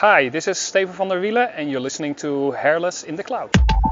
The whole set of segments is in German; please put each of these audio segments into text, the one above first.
Hi, this is Steven van der Wielen and you're listening to Hairless in the Cloud.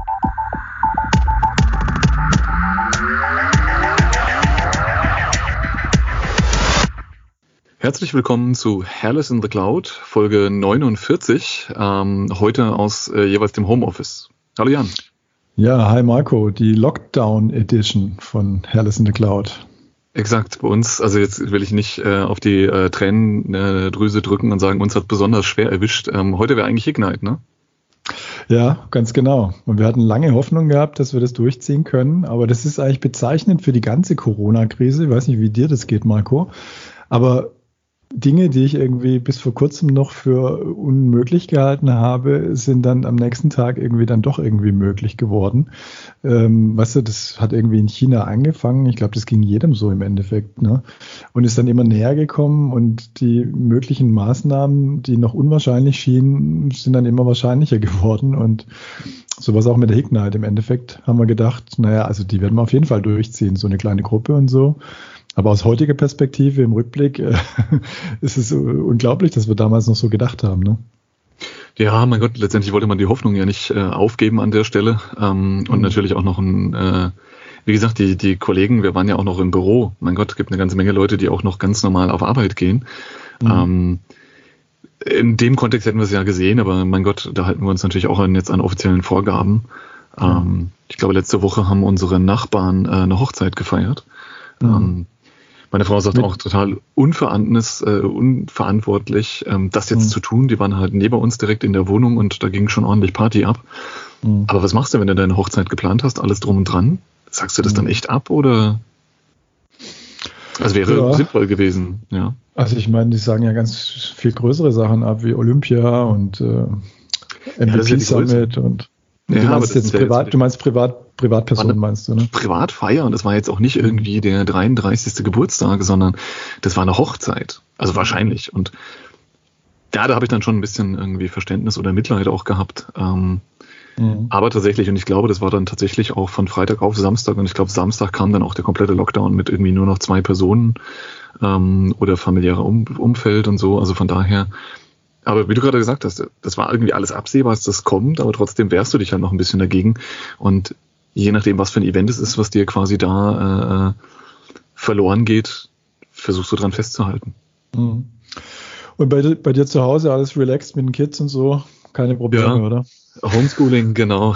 Herzlich willkommen zu Hairless in the Cloud, Folge 49, heute aus jeweils dem Homeoffice. Hallo Jan. Ja, hi Marco, die Lockdown Edition von Hairless in the Cloud. Exakt, bei uns, also jetzt will ich nicht auf die Tränendrüse drücken und sagen, uns hat besonders schwer erwischt. Heute wäre eigentlich Ignite, ne? Ja, ganz genau. Und wir hatten lange Hoffnung gehabt, dass wir das durchziehen können, aber das ist eigentlich bezeichnend für die ganze Corona-Krise. Ich weiß nicht, wie dir das geht, Marco, aber Dinge, die ich irgendwie bis vor kurzem noch für unmöglich gehalten habe, sind dann am nächsten Tag irgendwie dann doch irgendwie möglich geworden. Weißt du, das hat irgendwie in China angefangen. Ich glaube, das ging jedem so im Endeffekt, ne? Und ist dann immer näher gekommen und die möglichen Maßnahmen, die noch unwahrscheinlich schienen, sind dann immer wahrscheinlicher geworden. Und sowas auch mit der Ignite. Im Endeffekt haben wir gedacht, naja, also die werden wir auf jeden Fall durchziehen, so eine kleine Gruppe und so. Aber aus heutiger Perspektive im Rückblick ist es unglaublich, dass wir damals noch so gedacht haben, ne? Ja, mein Gott, letztendlich wollte man die Hoffnung ja nicht aufgeben an der Stelle. Und natürlich auch noch wie gesagt, die Kollegen, wir waren ja auch noch im Büro. Mein Gott, es gibt eine ganze Menge Leute, die auch noch ganz normal auf Arbeit gehen. In dem Kontext hätten wir es ja gesehen, aber mein Gott, da halten wir uns natürlich auch jetzt an offiziellen Vorgaben. Ich glaube, letzte Woche haben unsere Nachbarn eine Hochzeit gefeiert. Meine Frau sagt auch total unverantwortlich, das jetzt zu tun. Die waren halt neben uns direkt in der Wohnung und da ging schon ordentlich Party ab. Aber was machst du, wenn du deine Hochzeit geplant hast, alles drum und dran? Sagst du das dann echt ab oder? Also wäre sinnvoll gewesen, ja. Also ich meine, die sagen ja ganz viel größere Sachen ab, wie Olympia und MVP Summit und du meinst jetzt Privatpersonen meinst du, ne? Privatfeier und das war jetzt auch nicht irgendwie der 33. Geburtstag, sondern das war eine Hochzeit. Also wahrscheinlich. Und ja, da habe ich dann schon ein bisschen irgendwie Verständnis oder Mitleid auch gehabt. Aber tatsächlich, und ich glaube, das war dann tatsächlich auch von Freitag auf Samstag und ich glaube, Samstag kam dann auch der komplette Lockdown mit irgendwie nur noch 2 Personen oder familiärer Umfeld und so. Also von daher. Aber wie du gerade gesagt hast, das war irgendwie alles absehbar, dass das kommt, aber trotzdem wehrst du dich halt noch ein bisschen dagegen. Und je nachdem, was für ein Event es ist, was dir quasi da verloren geht, versuchst du dran festzuhalten. Und bei dir zu Hause alles relaxed mit den Kids und so? Keine Probleme, oder? Homeschooling, genau.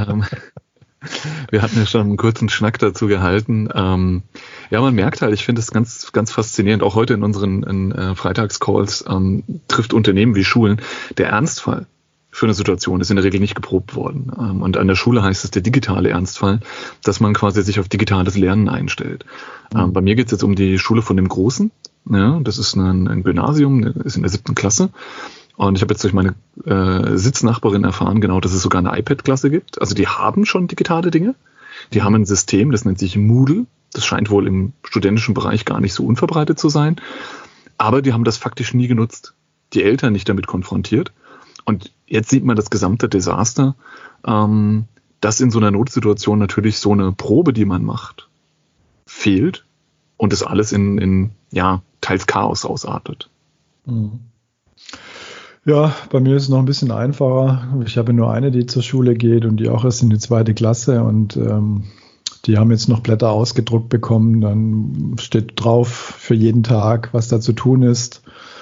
Wir hatten ja schon einen kurzen Schnack dazu gehalten. Ja, man merkt halt, ich finde es ganz, ganz faszinierend, auch heute in unseren Freitagscalls trifft Unternehmen wie Schulen. Der Ernstfall für eine Situation ist in der Regel nicht geprobt worden. Und an der Schule heißt es der digitale Ernstfall, dass man quasi sich auf digitales Lernen einstellt. Bei mir geht es jetzt um die Schule von dem Großen. Ja, das ist ein Gymnasium, ist in der 7. Klasse. Und ich habe jetzt durch meine Sitznachbarin erfahren, genau, dass es sogar eine iPad-Klasse gibt. Also die haben schon digitale Dinge. Die haben ein System, das nennt sich Moodle. Das scheint wohl im studentischen Bereich gar nicht so unverbreitet zu sein. Aber die haben das faktisch nie genutzt. Die Eltern nicht damit konfrontiert. Und jetzt sieht man das gesamte Desaster, dass in so einer Notsituation natürlich so eine Probe, die man macht, fehlt und das alles in teils Chaos ausartet. Ja, bei mir ist es noch ein bisschen einfacher. Ich habe nur eine, die zur Schule geht und die auch erst in die 2. Klasse und die haben jetzt noch Blätter ausgedruckt bekommen. Dann steht drauf für jeden Tag, was da zu tun ist.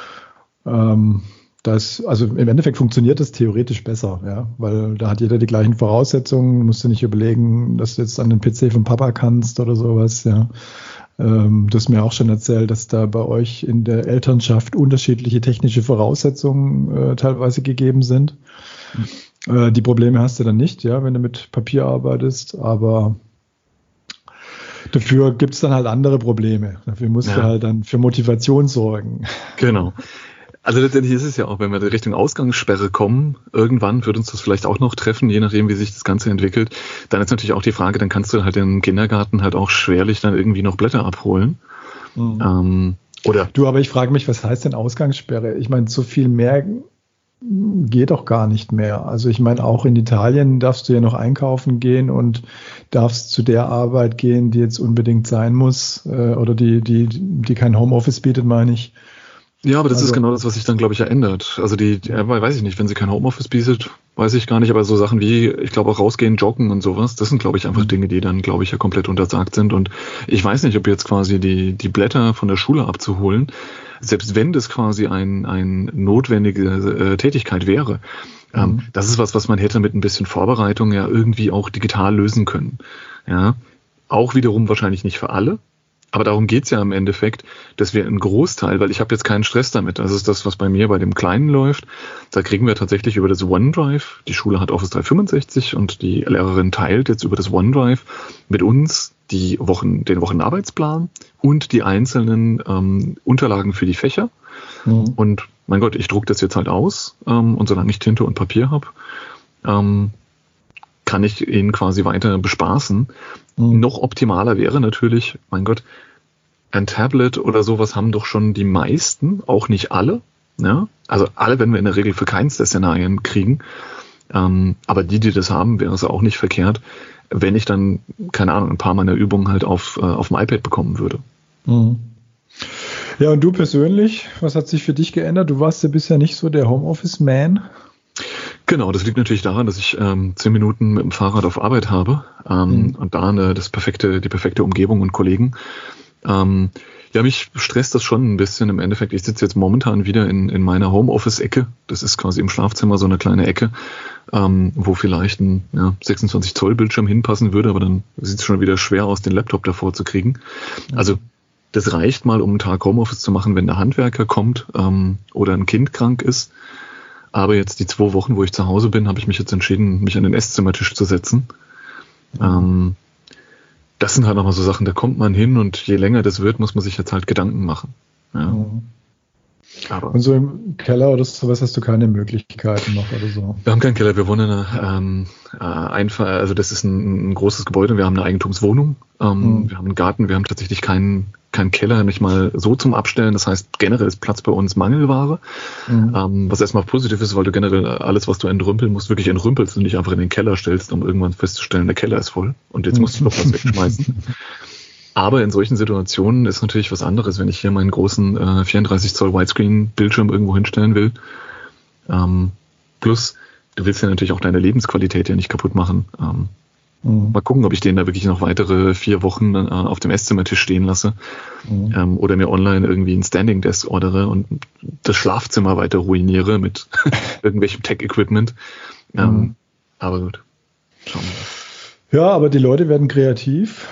Also im Endeffekt funktioniert das theoretisch besser, ja, weil da hat jeder die gleichen Voraussetzungen. Musst du nicht überlegen, dass du jetzt an den PC vom Papa kannst oder sowas, ja. Du hast mir auch schon erzählt, dass da bei euch in der Elternschaft unterschiedliche technische Voraussetzungen teilweise gegeben sind. Die Probleme hast du dann nicht, ja, wenn du mit Papier arbeitest, aber dafür gibt es dann halt andere Probleme. Dafür musst du halt dann für Motivation sorgen. Genau. Also letztendlich ist es ja auch, wenn wir in Richtung Ausgangssperre kommen, irgendwann wird uns das vielleicht auch noch treffen, je nachdem, wie sich das Ganze entwickelt. Dann ist natürlich auch die Frage, dann kannst du halt im Kindergarten halt auch schwerlich dann irgendwie noch Blätter abholen. Oder du, aber ich frage mich, was heißt denn Ausgangssperre? Ich meine, so viel mehr geht doch gar nicht mehr. Also ich meine, auch in Italien darfst du ja noch einkaufen gehen und darfst zu der Arbeit gehen, die jetzt unbedingt sein muss oder die kein Homeoffice bietet, meine ich. Ja, aber das ist genau das, was sich dann, glaube ich, ändert. Also weiß ich nicht, wenn sie kein Homeoffice bietet, weiß ich gar nicht, aber so Sachen wie, ich glaube auch rausgehen, joggen und sowas, das sind, glaube ich, einfach Dinge, die dann, glaube ich, ja komplett untersagt sind. Und ich weiß nicht, ob jetzt quasi die Blätter von der Schule abzuholen, selbst wenn das quasi ein notwendige Tätigkeit wäre, das ist was man hätte mit ein bisschen Vorbereitung ja irgendwie auch digital lösen können. Ja, auch wiederum wahrscheinlich nicht für alle. Aber darum geht's ja im Endeffekt, dass wir einen Großteil, weil ich habe jetzt keinen Stress damit, das ist das, was bei mir bei dem Kleinen läuft, da kriegen wir tatsächlich über das OneDrive, die Schule hat Office 365 und die Lehrerin teilt jetzt über das OneDrive mit uns den Wochenarbeitsplan und die einzelnen Unterlagen für die Fächer. Mhm. Und mein Gott, ich drucke das jetzt halt aus und solange ich Tinte und Papier habe, kann ich ihn quasi weiter bespaßen. Noch optimaler wäre natürlich, mein Gott, ein Tablet oder sowas haben doch schon die meisten, auch nicht alle. Ja? Also alle werden wir in der Regel für keins der Szenarien kriegen. Aber die das haben, wäre es auch nicht verkehrt, wenn ich dann, keine Ahnung, ein paar meiner Übungen halt auf dem iPad bekommen würde. Mhm. Ja, und du persönlich, was hat sich für dich geändert? Du warst ja bisher nicht so der Homeoffice-Man. Genau, das liegt natürlich daran, dass ich 10 Minuten mit dem Fahrrad auf Arbeit habe und da die perfekte Umgebung und Kollegen. Ja, mich stresst das schon ein bisschen im Endeffekt. Ich sitze jetzt momentan wieder in meiner Homeoffice-Ecke. Das ist quasi im Schlafzimmer so eine kleine Ecke, wo vielleicht ein 26 Zoll Bildschirm hinpassen würde, aber dann sieht es schon wieder schwer aus, den Laptop davor zu kriegen. Also das reicht mal, um einen Tag Homeoffice zu machen, wenn der Handwerker kommt oder ein Kind krank ist. Aber jetzt die 2 Wochen, wo ich zu Hause bin, habe ich mich jetzt entschieden, mich an den Esszimmertisch zu setzen. Das sind halt nochmal so Sachen, da kommt man hin und je länger das wird, muss man sich jetzt halt Gedanken machen. Ja. Aber und so im Keller oder sowas hast du keine Möglichkeiten noch oder so? Wir haben keinen Keller, wir wohnen in also das ist ein großes Gebäude, wir haben eine Eigentumswohnung, wir haben einen Garten, wir haben tatsächlich keinen Keller, nicht mal so zum Abstellen. Das heißt, generell ist Platz bei uns Mangelware. Was erstmal positiv ist, weil du generell alles, was du entrümpeln musst, wirklich entrümpelst und nicht einfach in den Keller stellst, um irgendwann festzustellen, der Keller ist voll und jetzt musst du noch was wegschmeißen. Aber in solchen Situationen ist natürlich was anderes, wenn ich hier meinen großen 34 Zoll Widescreen-Bildschirm irgendwo hinstellen will. Plus, du willst ja natürlich auch deine Lebensqualität ja nicht kaputt machen. Mal gucken, ob ich den da wirklich noch weitere 4 Wochen auf dem Esszimmertisch stehen lasse oder mir online irgendwie ein Standing Desk ordere und das Schlafzimmer weiter ruiniere mit irgendwelchem Tech-Equipment. Aber gut, schauen wir mal. Ja, aber die Leute werden kreativ.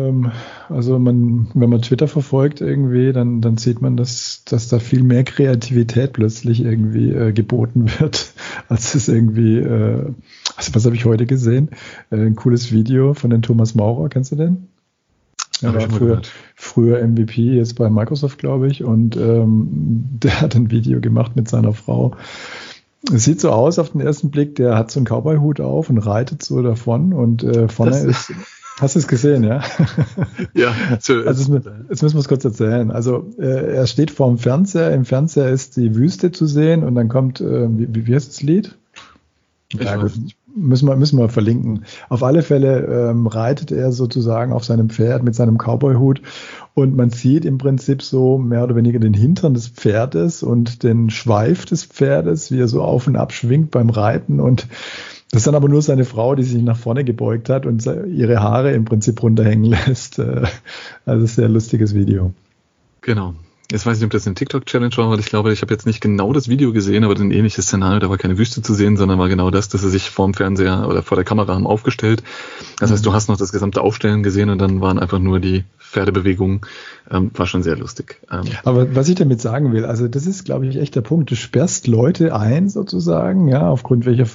Also wenn man Twitter verfolgt irgendwie, dann sieht man, dass da viel mehr Kreativität plötzlich irgendwie geboten wird, als es irgendwie, also was habe ich heute gesehen? Ein cooles Video von den Thomas Maurer, kennst du den? Er war früher MVP, jetzt bei Microsoft, glaube ich, und der hat ein Video gemacht mit seiner Frau. Es sieht so aus auf den ersten Blick, der hat so einen Cowboy-Hut auf und reitet so davon und vorne ist, hast du es gesehen, ja? Ja. Also jetzt müssen wir es kurz erzählen. Also er steht vorm Fernseher, im Fernseher ist die Wüste zu sehen und dann kommt, wie heißt das Lied? Ja, gut. Müssen wir verlinken. Auf alle Fälle reitet er sozusagen auf seinem Pferd mit seinem Cowboy-Hut und man sieht im Prinzip so mehr oder weniger den Hintern des Pferdes und den Schweif des Pferdes, wie er so auf und ab schwingt beim Reiten und das ist dann aber nur seine Frau, die sich nach vorne gebeugt hat und ihre Haare im Prinzip runterhängen lässt. Also sehr lustiges Video. Genau. Jetzt weiß ich nicht, ob das eine TikTok-Challenge war, weil ich glaube, ich habe jetzt nicht genau das Video gesehen, aber ein ähnliches Szenario, da war keine Wüste zu sehen, sondern war genau das, dass sie sich vor dem Fernseher oder vor der Kamera haben aufgestellt. Das heißt, du hast noch das gesamte Aufstellen gesehen und dann waren einfach nur die Pferdebewegungen. War schon sehr lustig. Aber was ich damit sagen will, also das ist, glaube ich, echt der Punkt. Du sperrst Leute ein sozusagen, ja, aufgrund welcher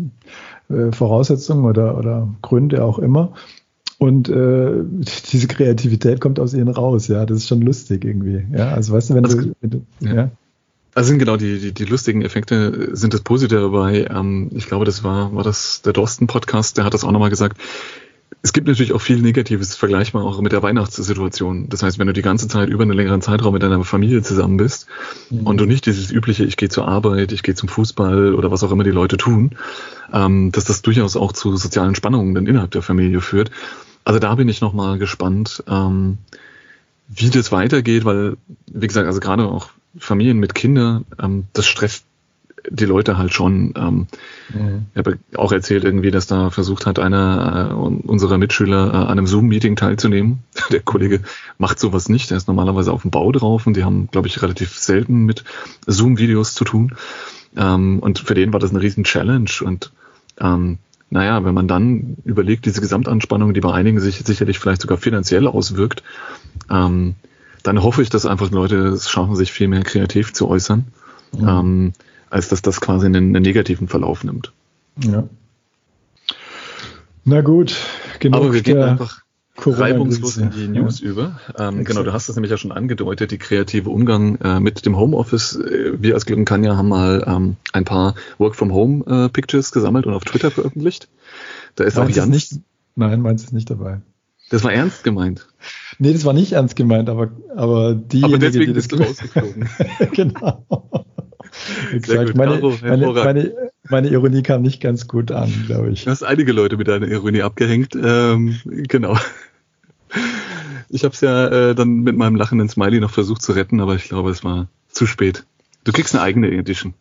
Voraussetzungen oder Gründe auch immer. Und diese Kreativität kommt aus ihnen raus, ja, das ist schon lustig irgendwie. Ja, also weißt du, wenn du ja. Also sind genau die lustigen Effekte sind das Positive dabei. Ich glaube, das war das der Dorsten-Podcast, der hat das auch nochmal gesagt. Es gibt natürlich auch viel Negatives, vergleichbar auch mit der Weihnachtssituation. Das heißt, wenn du die ganze Zeit über einen längeren Zeitraum mit deiner Familie zusammen bist und du nicht dieses übliche, ich gehe zur Arbeit, ich gehe zum Fußball oder was auch immer die Leute tun, dass das durchaus auch zu sozialen Spannungen dann innerhalb der Familie führt. Also da bin ich nochmal gespannt, wie das weitergeht, weil, wie gesagt, also gerade auch Familien mit Kindern, das stresst die Leute halt schon. Ich habe auch erzählt irgendwie, dass da versucht hat, einer unserer Mitschüler an einem Zoom-Meeting teilzunehmen. Der Kollege macht sowas nicht, der ist normalerweise auf dem Bau drauf und die haben, glaube ich, relativ selten mit Zoom-Videos zu tun. Und für den war das eine riesen Challenge und naja, wenn man dann überlegt, diese Gesamtanspannung, die bei einigen sich sicherlich vielleicht sogar finanziell auswirkt, dann hoffe ich, dass einfach Leute es schaffen, sich viel mehr kreativ zu äußern, als dass das quasi einen negativen Verlauf nimmt. Ja. Na gut, genug. Aber wir gehen einfach Corona reibungslos in die News über. Genau, du hast es nämlich ja schon angedeutet, die kreative Umgang mit dem Homeoffice. Wir als Glück Kanja haben mal ein paar Work-from-Home-Pictures gesammelt und auf Twitter veröffentlicht. Da ist auch Jans. Nein, meins ist nicht dabei. Das war ernst gemeint. Nee, das war nicht ernst gemeint, aber deswegen die bist du rausgeflogen. Genau. Exakt. Meine Ironie kam nicht ganz gut an, glaube ich. Du hast einige Leute mit deiner Ironie abgehängt. Genau. Ich habe es ja dann mit meinem lachenden Smiley noch versucht zu retten, aber ich glaube, es war zu spät. Du kriegst eine eigene Edition.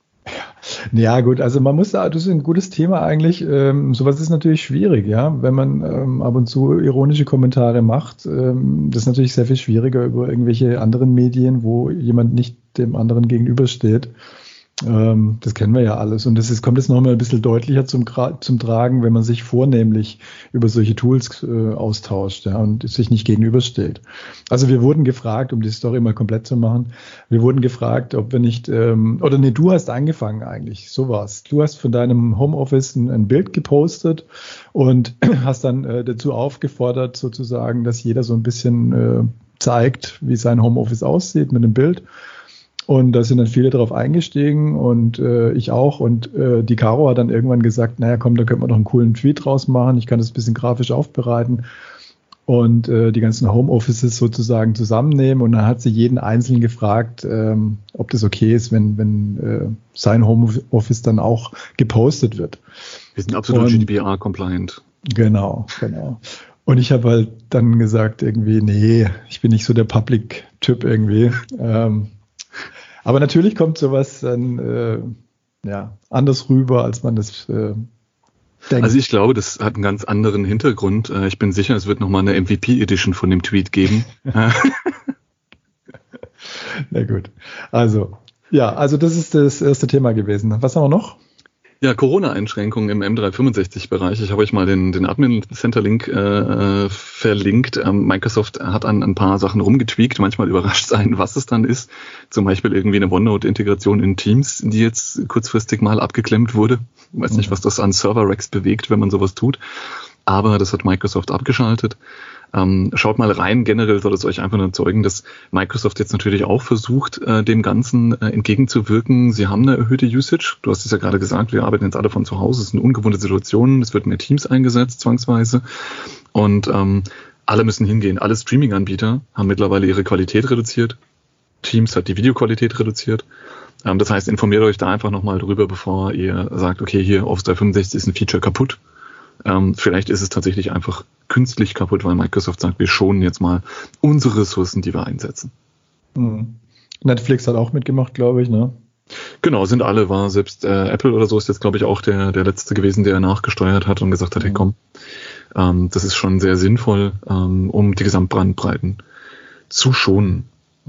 Ja gut, also man muss da, das ist ein gutes Thema eigentlich. Sowas ist natürlich schwierig, ja, wenn man ab und zu ironische Kommentare macht. Das ist natürlich sehr viel schwieriger über irgendwelche anderen Medien, wo jemand nicht dem anderen gegenübersteht. Das kennen wir ja alles. Und kommt jetzt nochmal ein bisschen deutlicher zum Tragen, wenn man sich vornehmlich über solche Tools austauscht, ja, und sich nicht gegenübersteht. Also wir wurden gefragt, um die Story mal komplett zu machen, wir wurden gefragt, ob wir nicht, du hast angefangen eigentlich, so war's. Du hast von deinem Homeoffice ein Bild gepostet und hast dann dazu aufgefordert, sozusagen, dass jeder so ein bisschen zeigt, wie sein Homeoffice aussieht mit dem Bild. Und da sind dann viele drauf eingestiegen und ich auch. Und die Caro hat dann irgendwann gesagt, naja komm, da könnte man doch einen coolen Tweet draus machen. Ich kann das ein bisschen grafisch aufbereiten und die ganzen Homeoffices sozusagen zusammennehmen. Und dann hat sie jeden Einzelnen gefragt, ob das okay ist, wenn sein Homeoffice dann auch gepostet wird. Wir sind absolut GDPR-compliant. Genau. Und ich habe halt dann gesagt irgendwie, nee, ich bin nicht so der Public-Typ irgendwie. Aber natürlich kommt sowas dann anders rüber, als man das denkt. Also ich glaube, das hat einen ganz anderen Hintergrund. Ich bin sicher, es wird nochmal eine MVP-Edition von dem Tweet geben. Na gut. Also das ist das erste Thema gewesen. Was haben wir noch? Ja, Corona-Einschränkungen im M365-Bereich. Ich habe euch mal den Admin-Center-Link verlinkt. Microsoft hat an ein paar Sachen rumgetweakt, manchmal überrascht sein, was es dann ist. Zum Beispiel irgendwie eine OneNote-Integration in Teams, die jetzt kurzfristig mal abgeklemmt wurde. Ich weiß nicht, was das an Server-Racks bewegt, wenn man sowas tut. Aber das hat Microsoft abgeschaltet. Schaut mal rein. Generell soll es euch einfach nur zeigen, dass Microsoft jetzt natürlich auch versucht, dem Ganzen entgegenzuwirken. Sie haben eine erhöhte Usage. Du hast es ja gerade gesagt, wir arbeiten jetzt alle von zu Hause. Es ist eine ungewohnte Situation. Es wird mehr Teams eingesetzt, zwangsweise. Und alle müssen hingehen. Alle Streaming-Anbieter haben mittlerweile ihre Qualität reduziert. Teams hat die Videoqualität reduziert. Das heißt, informiert euch da einfach nochmal drüber, bevor ihr sagt, okay, hier Office 365 ist ein Feature kaputt. Vielleicht ist es tatsächlich einfach künstlich kaputt, weil Microsoft sagt, wir schonen jetzt mal unsere Ressourcen, die wir einsetzen. Netflix hat auch mitgemacht, glaube ich, ne? Genau, sind alle, war selbst Apple oder so ist jetzt, glaube ich, auch der letzte gewesen, der nachgesteuert hat und gesagt hat, hey komm, das ist schon sehr sinnvoll, um die Gesamtbrandbreiten zu schonen.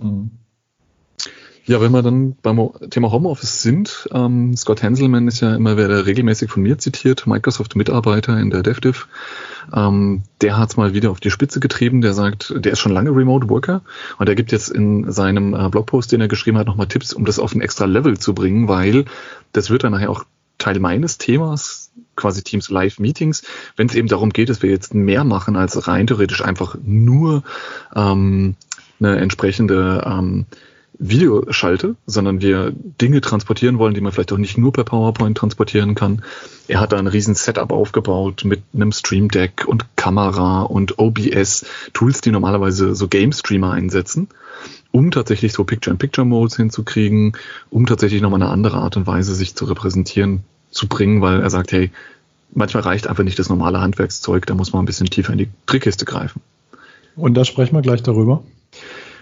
Ja, wenn wir dann beim Thema Homeoffice sind, Scott Hanselman ist ja immer wieder regelmäßig von mir zitiert, Microsoft-Mitarbeiter in der DevDiv. Der hat es mal wieder auf die Spitze getrieben, der sagt, der ist schon lange Remote Worker und er gibt jetzt in seinem Blogpost, den er geschrieben hat, nochmal Tipps, um das auf ein extra Level zu bringen, weil das wird dann nachher auch Teil meines Themas, quasi Teams Live-Meetings, wenn es eben darum geht, dass wir jetzt mehr machen als rein theoretisch einfach nur eine entsprechende Videoschalte, sondern wir Dinge transportieren wollen, die man vielleicht auch nicht nur per PowerPoint transportieren kann. Er hat da ein riesen Setup aufgebaut mit einem Stream Deck und Kamera und OBS, Tools, die normalerweise so Game-Streamer einsetzen, um tatsächlich so Picture-in-Picture-Modes hinzukriegen, um tatsächlich nochmal eine andere Art und Weise sich zu repräsentieren, zu bringen, weil er sagt, hey, manchmal reicht einfach nicht das normale Handwerkszeug, da muss man ein bisschen tiefer in die Trickkiste greifen. Und da sprechen wir gleich darüber.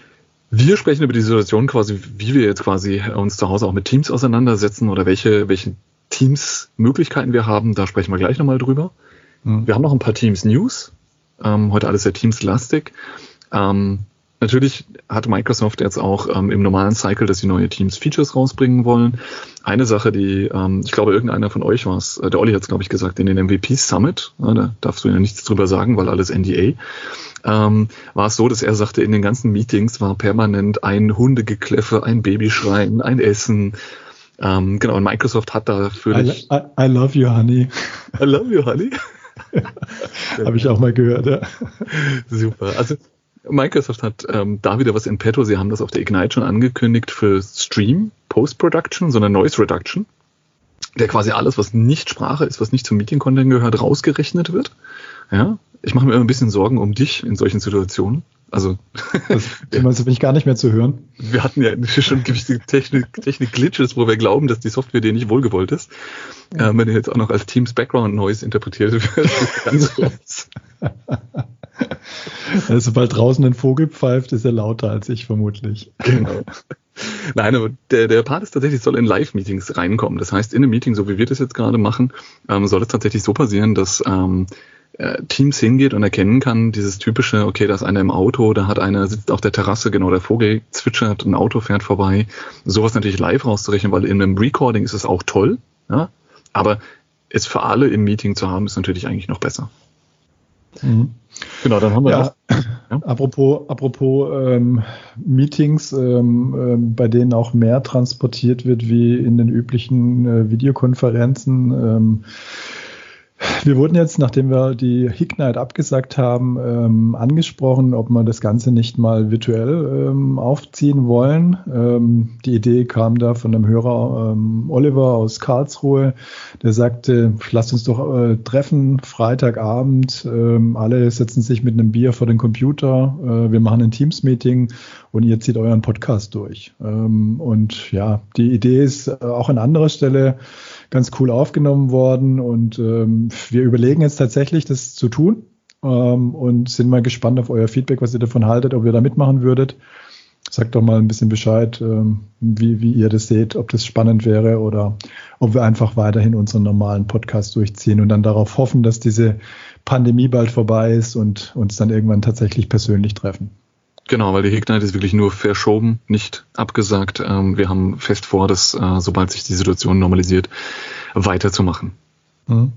Wir sprechen über die Situation quasi, wie wir jetzt quasi uns zu Hause auch mit Teams auseinandersetzen oder welche Teams-Möglichkeiten wir haben. Da sprechen wir gleich nochmal drüber. Wir haben noch ein paar Teams-News. Heute alles sehr Teams-lastig. Natürlich hat Microsoft jetzt auch im normalen Cycle, dass sie neue Teams-Features rausbringen wollen. Eine Sache, die, ich glaube, irgendeiner von euch war es, der Olli hat es, glaube ich, gesagt, in den MVP Summit, da darfst du ja nichts drüber sagen, weil alles NDA, war es so, dass er sagte, in den ganzen Meetings war permanent ein Hundegekläffe, ein Babyschreien, ein Essen. Genau, und Microsoft hat dafür... I love you, honey. I love you, honey. Habe ich auch mal gehört, ja. Super, also Microsoft hat da wieder was in petto. Sie haben das auf der Ignite schon angekündigt für Stream, Post-Production, sondern Noise Reduction, der quasi alles, was nicht Sprache ist, was nicht zum Meeting-Content gehört, rausgerechnet wird. Ja, ich mache mir immer ein bisschen Sorgen um dich in solchen Situationen. Also, meinst du, bin ich gar nicht mehr zu hören? Wir hatten ja schon gewisse Technik-Glitches, wo wir glauben, dass die Software dir nicht wohlgewollt ist. Wenn du jetzt auch noch als Teams Background Noise interpretiert wird, ganz groß. Also, sobald draußen ein Vogel pfeift, ist er lauter als ich vermutlich. Genau. Nein, aber der Part ist tatsächlich, soll in Live-Meetings reinkommen. Das heißt, in einem Meeting, so wie wir das jetzt gerade machen, soll es tatsächlich so passieren, dass Teams hingeht und erkennen kann, dieses typische, okay, da ist einer im Auto, da hat einer, sitzt auf der Terrasse, genau, der Vogel zwitschert, ein Auto fährt vorbei. Sowas natürlich live rauszurechnen, weil in einem Recording ist es auch toll, ja, aber es für alle im Meeting zu haben, ist natürlich eigentlich noch besser. Mhm. Genau, dann haben wir ja. Apropos Meetings, bei denen auch mehr transportiert wird wie in den üblichen Videokonferenzen. Wir wurden jetzt, nachdem wir die Ignite abgesagt haben, angesprochen, ob wir das Ganze nicht mal virtuell aufziehen wollen. Die Idee kam da von einem Hörer, Oliver aus Karlsruhe, der sagte, lasst uns doch treffen, Freitagabend, alle setzen sich mit einem Bier vor den Computer, wir machen ein Teams-Meeting und ihr zieht euren Podcast durch. Und ja, die Idee ist auch an anderer Stelle ganz cool aufgenommen worden und wir überlegen jetzt tatsächlich, das zu tun und sind mal gespannt auf euer Feedback, was ihr davon haltet, ob ihr da mitmachen würdet. Sagt doch mal ein bisschen Bescheid, wie ihr das seht, ob das spannend wäre oder ob wir einfach weiterhin unseren normalen Podcast durchziehen und dann darauf hoffen, dass diese Pandemie bald vorbei ist und uns dann irgendwann tatsächlich persönlich treffen. Genau, weil die Ignite ist wirklich nur verschoben, nicht abgesagt. Wir haben fest vor, das, sobald sich die Situation normalisiert, weiterzumachen. Mhm.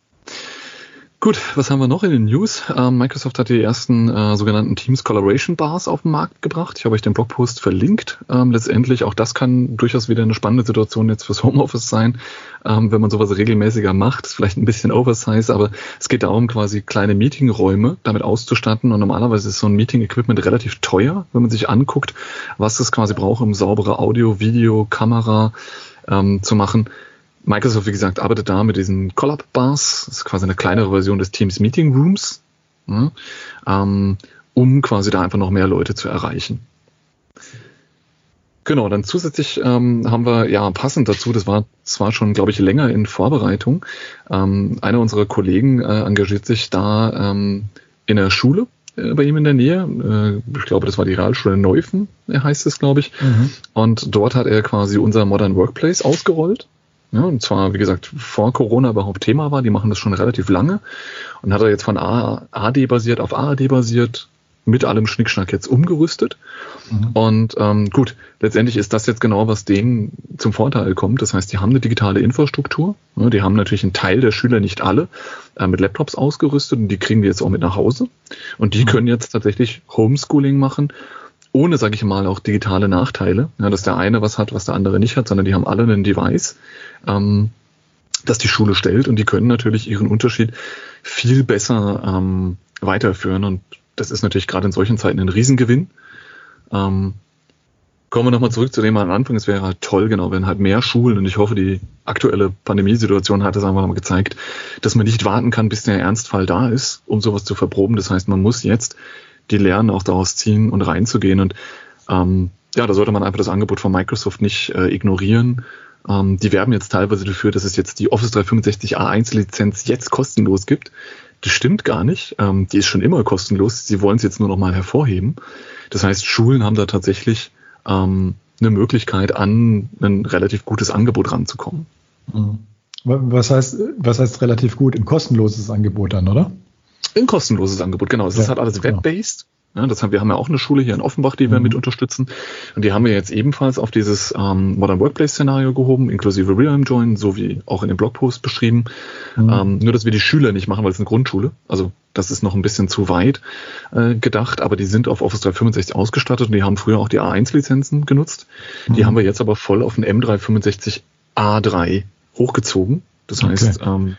Gut, was haben wir noch in den News? Microsoft hat die ersten sogenannten Teams Collaboration Bars auf den Markt gebracht. Ich habe euch den Blogpost verlinkt. Letztendlich, auch das kann durchaus wieder eine spannende Situation jetzt fürs Homeoffice sein, wenn man sowas regelmäßiger macht. Ist vielleicht ein bisschen Oversize, aber es geht darum, quasi kleine Meetingräume damit auszustatten. Und normalerweise ist so ein Meeting-Equipment relativ teuer, wenn man sich anguckt, was es quasi braucht, um saubere Audio, Video, Kamera zu machen. Microsoft, wie gesagt, arbeitet da mit diesen Collab-Bars, das ist quasi eine kleinere Version des Teams Meeting Rooms, um quasi da einfach noch mehr Leute zu erreichen. Genau, dann zusätzlich haben wir, ja, passend dazu, das war zwar schon, glaube ich, länger in Vorbereitung, einer unserer Kollegen engagiert sich da in der Schule bei ihm in der Nähe. Ich glaube, das war die Realschule Neufen, heißt es, glaube ich. Mhm. Und dort hat er quasi unser Modern Workplace ausgerollt. Ja, und zwar, wie gesagt, vor Corona überhaupt Thema war. Die machen das schon relativ lange. Und hat er jetzt von AD basiert auf ARD basiert, mit allem Schnickschnack jetzt umgerüstet. Mhm. Und gut, letztendlich ist das jetzt genau, was denen zum Vorteil kommt. Das heißt, die haben eine digitale Infrastruktur. Ja, die haben natürlich einen Teil der Schüler, nicht alle, mit Laptops ausgerüstet. Und die kriegen die jetzt auch mit nach Hause. Und die können jetzt tatsächlich Homeschooling machen, ohne, sage ich mal, auch digitale Nachteile, ja, dass der eine was hat, was der andere nicht hat, sondern die haben alle einen Device, das die Schule stellt und die können natürlich ihren Unterschied viel besser weiterführen und das ist natürlich gerade in solchen Zeiten ein Riesengewinn. Kommen wir nochmal zurück zu dem am Anfang, es wäre halt toll, genau, wenn halt mehr Schulen, und ich hoffe, die aktuelle Pandemiesituation hat es einfach nochmal gezeigt, dass man nicht warten kann, bis der Ernstfall da ist, um sowas zu verproben. Das heißt, man muss jetzt die Lehren auch daraus ziehen und reinzugehen. Und ja, da sollte man einfach das Angebot von Microsoft nicht ignorieren. Die werben jetzt teilweise dafür, dass es jetzt die Office 365 A1-Lizenz jetzt kostenlos gibt. Das stimmt gar nicht. Die ist schon immer kostenlos. Sie wollen es jetzt nur noch mal hervorheben. Das heißt, Schulen haben da tatsächlich eine Möglichkeit, an ein relativ gutes Angebot ranzukommen. Was heißt relativ gut? Ein kostenloses Angebot dann, oder? Ein kostenloses Angebot, genau. Es ist halt alles web-based. Ja, wir haben ja auch eine Schule hier in Offenbach, die wir mit unterstützen. Und die haben wir jetzt ebenfalls auf dieses Modern Workplace-Szenario gehoben, inklusive Realm Join, so wie auch in dem Blogpost beschrieben. Nur, dass wir die Schüler nicht machen, weil es eine Grundschule. Also das ist noch ein bisschen zu weit gedacht, aber die sind auf Office 365 ausgestattet und die haben früher auch die A1-Lizenzen genutzt. Die haben wir jetzt aber voll auf den M365 A3 hochgezogen. Das heißt, und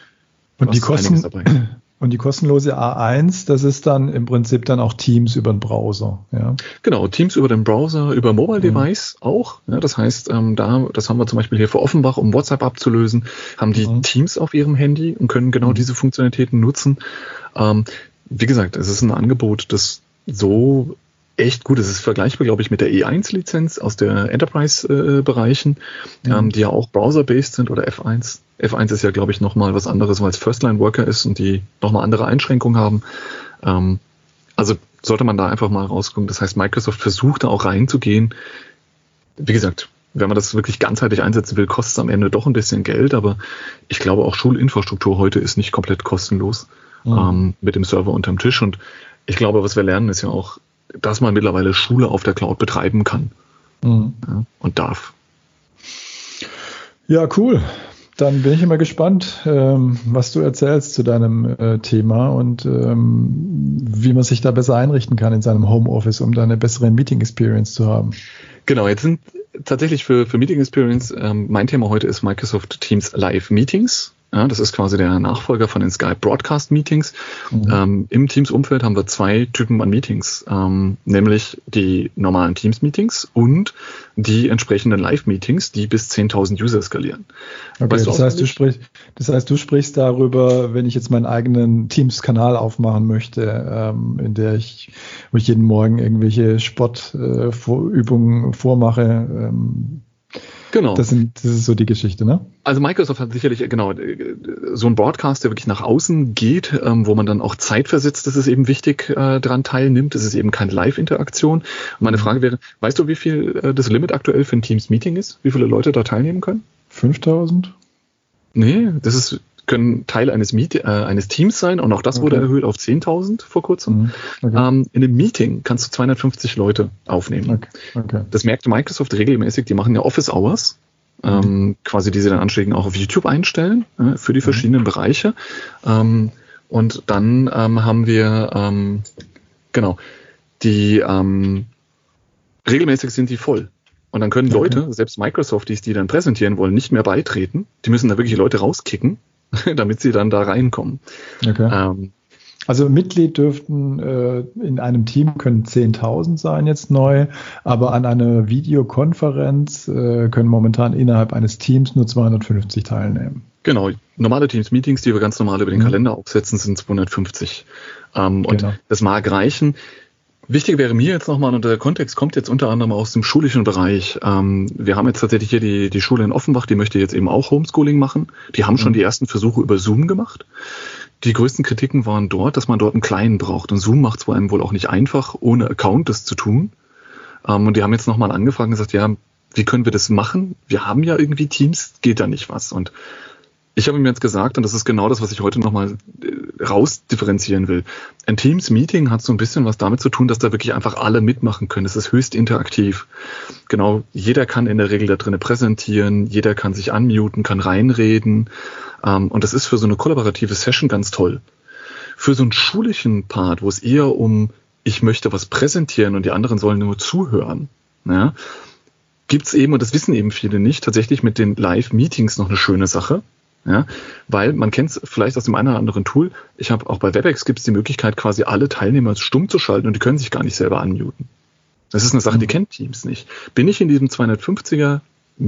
die kostenlose A1, das ist dann im Prinzip dann auch Teams über den Browser. Ja? Genau, Teams über den Browser, über Mobile Device auch. Ja, das heißt, das haben wir zum Beispiel hier für Offenbach, um WhatsApp abzulösen, haben die Teams auf ihrem Handy und können genau diese Funktionalitäten nutzen. Wie gesagt, es ist ein Angebot, das so echt gut ist. Es ist vergleichbar, glaube ich, mit der E1-Lizenz aus der Enterprise-Bereichen, die ja auch browser-based sind, oder F1. F1 ist ja, glaube ich, nochmal was anderes, weil es First-Line-Worker ist und die nochmal andere Einschränkungen haben. Also sollte man da einfach mal rausgucken. Das heißt, Microsoft versucht da auch reinzugehen. Wie gesagt, wenn man das wirklich ganzheitlich einsetzen will, kostet es am Ende doch ein bisschen Geld, aber ich glaube auch Schulinfrastruktur heute ist nicht komplett kostenlos mit dem Server unterm Tisch. Und ich glaube, was wir lernen, ist ja auch, dass man mittlerweile Schule auf der Cloud betreiben kann und darf. Ja, cool. Dann bin ich immer gespannt, was du erzählst zu deinem Thema und wie man sich da besser einrichten kann in seinem Homeoffice, um da eine bessere Meeting-Experience zu haben. Genau, jetzt sind tatsächlich für Meeting Experience mein Thema heute ist Microsoft Teams Live Meetings. Ja, das ist quasi der Nachfolger von den Skype Broadcast Meetings. Im Teams-Umfeld haben wir zwei Typen an Meetings, nämlich die normalen Teams-Meetings und die entsprechenden Live-Meetings, die bis 10.000 User skalieren. Okay, weißt das heißt, du sprichst darüber, wenn ich jetzt meinen eigenen Teams-Kanal aufmachen möchte, wo ich jeden Morgen irgendwelche Sportübungen vormache. Genau. Das ist so die Geschichte, ne? Also Microsoft hat sicherlich, genau, so ein Broadcast, der wirklich nach außen geht, wo man dann auch zeitversetzt, das ist eben wichtig, dran teilnimmt. Das ist eben keine Live-Interaktion. Und meine Frage wäre, weißt du, wie viel das Limit aktuell für ein Teams-Meeting ist? Wie viele Leute da teilnehmen können? 5.000? Nee, können Teil eines Teams sein und auch das wurde erhöht auf 10.000 vor kurzem. In einem Meeting kannst du 250 Leute aufnehmen. Okay. Das merkt Microsoft regelmäßig, die machen ja Office Hours, quasi die sie dann anschließend auch auf YouTube einstellen für die verschiedenen Bereiche. Und dann haben wir, regelmäßig sind die voll. Und dann können Leute, selbst Microsoft, die dann präsentieren wollen, nicht mehr beitreten. Die müssen da wirklich Leute rauskicken, damit sie dann da reinkommen. Okay. Also Mitglied dürften in einem Team können 10.000 sein jetzt neu, aber an einer Videokonferenz können momentan innerhalb eines Teams nur 250 teilnehmen. Genau, normale Teams-Meetings, die wir ganz normal über den Kalender aufsetzen, sind 250. Und das mag reichen. Wichtig wäre mir jetzt nochmal, und der Kontext kommt jetzt unter anderem aus dem schulischen Bereich. Wir haben jetzt tatsächlich hier die Schule in Offenbach, die möchte jetzt eben auch Homeschooling machen. Die haben schon die ersten Versuche über Zoom gemacht. Die größten Kritiken waren dort, dass man dort einen Kleinen braucht. Und Zoom macht es vor allem wohl auch nicht einfach, ohne Account das zu tun. Und die haben jetzt nochmal angefragt und gesagt, ja, wie können wir das machen? Wir haben ja irgendwie Teams, geht da nicht was? Und ich habe ihm jetzt gesagt, und das ist genau das, was ich heute nochmal rausdifferenzieren will. Ein Teams-Meeting hat so ein bisschen was damit zu tun, dass da wirklich einfach alle mitmachen können. Es ist höchst interaktiv. Genau, jeder kann in der Regel da drinnen präsentieren, jeder kann sich unmuten, kann reinreden. Und das ist für so eine kollaborative Session ganz toll. Für so einen schulischen Part, wo es eher ich möchte was präsentieren und die anderen sollen nur zuhören, ja, gibt's eben, und das wissen eben viele nicht, tatsächlich mit den Live-Meetings noch eine schöne Sache. Ja, weil man kennt es vielleicht aus dem einen oder anderen Tool. Ich habe auch bei WebEx gibt es die Möglichkeit, quasi alle Teilnehmer stumm zu schalten und die können sich gar nicht selber unmuten. Das ist eine Sache, die kennt Teams nicht. Bin ich in diesem 250er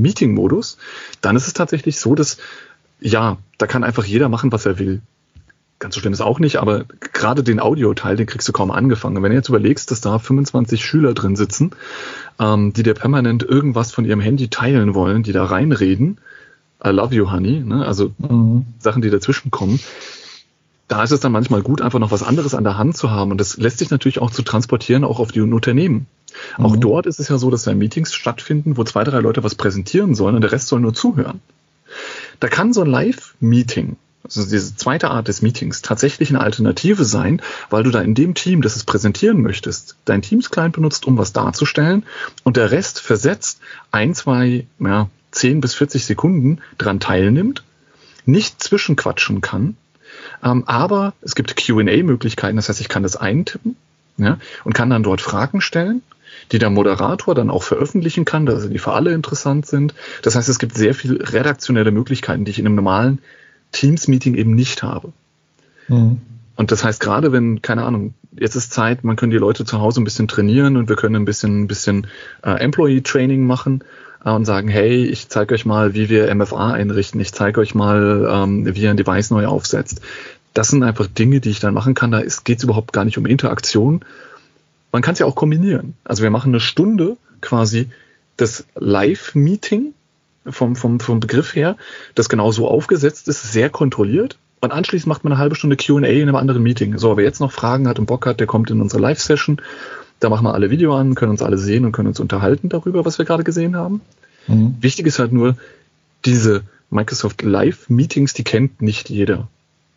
Meeting-Modus, dann ist es tatsächlich so, dass, ja, da kann einfach jeder machen, was er will. ganz so schlimm ist auch nicht, aber gerade den Audioteil, den kriegst du kaum angefangen. Und wenn du jetzt überlegst, dass da 25 Schüler drin sitzen, die dir permanent irgendwas von ihrem Handy teilen wollen, die da reinreden, I love you, honey, ne? Also Sachen, die dazwischen kommen, da ist es dann manchmal gut, einfach noch was anderes an der Hand zu haben. Und das lässt sich natürlich auch zu transportieren, auch auf die Unternehmen. Auch dort ist es ja so, dass da Meetings stattfinden, wo 2, 3 Leute was präsentieren sollen und der Rest soll nur zuhören. Da kann so ein Live-Meeting, also diese zweite Art des Meetings, tatsächlich eine Alternative sein, weil du da in dem Team, das es präsentieren möchtest, dein Teams-Client benutzt, um was darzustellen und der Rest versetzt 1, 2, 10 bis 40 Sekunden dran teilnimmt, nicht zwischenquatschen kann, aber es gibt Q&A-Möglichkeiten, das heißt, ich kann das eintippen, ja, und kann dann dort Fragen stellen, die der Moderator dann auch veröffentlichen kann, also die für alle interessant sind. Das heißt, es gibt sehr viele redaktionelle Möglichkeiten, die ich in einem normalen Teams-Meeting eben nicht habe. Und das heißt, gerade wenn, keine Ahnung, jetzt ist Zeit, man kann die Leute zu Hause ein bisschen trainieren und wir können ein bisschen Employee-Training machen und sagen, hey, ich zeige euch mal, wie wir MFA einrichten, ich zeige euch mal, wie ihr ein Device neu aufsetzt. Das sind einfach Dinge, die ich dann machen kann. Da geht es überhaupt gar nicht um Interaktion. Man kann es ja auch kombinieren. Also wir machen eine Stunde quasi das Live-Meeting vom Begriff her, das genau so aufgesetzt ist, sehr kontrolliert. Und anschließend macht man eine halbe Stunde Q&A in einem anderen Meeting. So, wer jetzt noch Fragen hat und Bock hat, der kommt in unsere Live-Session. Da machen wir alle Video an, können uns alle sehen und können uns unterhalten darüber, was wir gerade gesehen haben. Wichtig ist halt nur, diese Microsoft Live-Meetings, die kennt nicht jeder.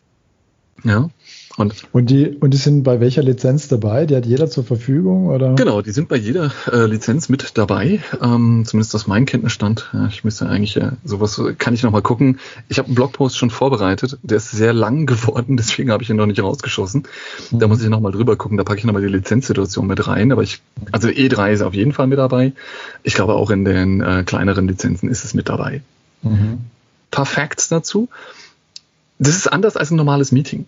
Ja. Und die sind bei welcher Lizenz dabei? Die hat jeder zur Verfügung, oder? Genau, die sind bei jeder Lizenz mit dabei. Zumindest aus meinem Kenntnisstand. Ja, ich müsste eigentlich sowas, kann ich nochmal gucken. Ich habe einen Blogpost schon vorbereitet. Der ist sehr lang geworden, deswegen habe ich ihn noch nicht rausgeschossen. Da muss ich nochmal drüber gucken. Da packe ich nochmal die Lizenzsituation mit rein. Aber also E3 ist auf jeden Fall mit dabei. Ich glaube, auch in den kleineren Lizenzen ist es mit dabei. Ein paar Facts dazu. Das ist anders als ein normales Meeting.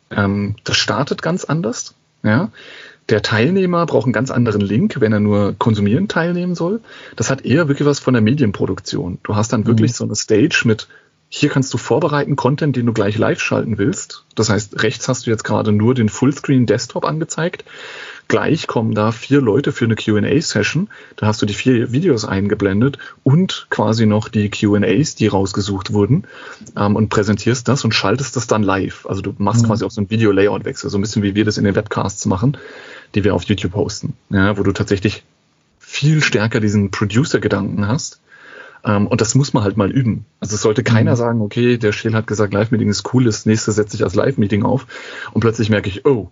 Das startet ganz anders. Ja. Der Teilnehmer braucht einen ganz anderen Link, wenn er nur konsumieren teilnehmen soll. Das hat eher wirklich was von der Medienproduktion. Du hast dann wirklich so eine Stage mit, hier kannst du vorbereiten, Content, den du gleich live schalten willst. Das heißt, rechts hast du jetzt gerade nur den Fullscreen-Desktop angezeigt. Gleich kommen da 4 Leute für eine Q&A-Session. Da hast du die 4 Videos eingeblendet und quasi noch die Q&As, die rausgesucht wurden, und präsentierst das und schaltest das dann live. Also du machst quasi auch so einen Video-Layout-Wechsel, so ein bisschen wie wir das in den Webcasts machen, die wir auf YouTube posten, ja, wo du tatsächlich viel stärker diesen Producer-Gedanken hast. Und das muss man halt mal üben. Also es sollte keiner sagen, okay, der Scheel hat gesagt, Live-Meeting ist cool, das nächste setze ich als Live-Meeting auf und plötzlich merke ich, oh.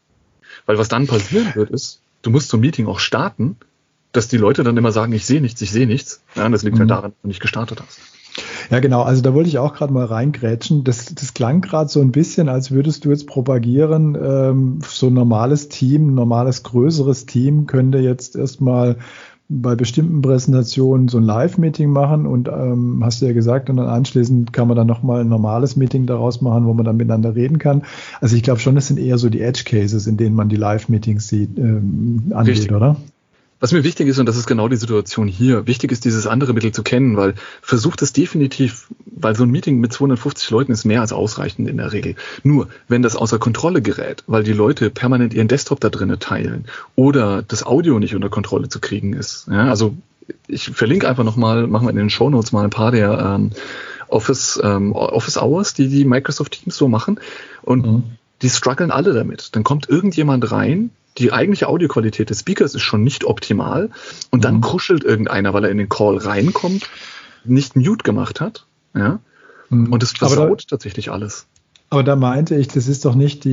Weil was dann passieren wird, ist, du musst zum Meeting auch starten, dass die Leute dann immer sagen, ich sehe nichts. Ja, und das liegt halt daran, dass du nicht gestartet hast. Ja, genau. Also da wollte ich auch gerade mal reingrätschen. Das klang gerade so ein bisschen, als würdest du jetzt propagieren, so ein normales Team, normales größeres Team könnte jetzt erstmal bei bestimmten Präsentationen so ein Live-Meeting machen und hast du ja gesagt, und dann anschließend kann man dann nochmal ein normales Meeting daraus machen, wo man dann miteinander reden kann. Also ich glaube schon, das sind eher so die Edge-Cases, in denen man die Live-Meetings angeht, richtig, oder? Was mir wichtig ist, und das ist genau die Situation hier, wichtig ist, dieses andere Mittel zu kennen, weil versucht es definitiv, weil so ein Meeting mit 250 Leuten ist mehr als ausreichend in der Regel. Nur, wenn das außer Kontrolle gerät, weil die Leute permanent ihren Desktop da drinnen teilen oder das Audio nicht unter Kontrolle zu kriegen ist. Ja, also ich verlinke einfach nochmal, machen wir in den Shownotes mal ein paar der Office Hours, die Microsoft Teams so machen, und die strugglen alle damit. Dann kommt irgendjemand rein, die eigentliche Audioqualität des Speakers ist schon nicht optimal und dann kuschelt irgendeiner, weil er in den Call reinkommt, nicht Mute gemacht hat, ja, und das versaut tatsächlich alles. Aber da meinte ich, das ist doch nicht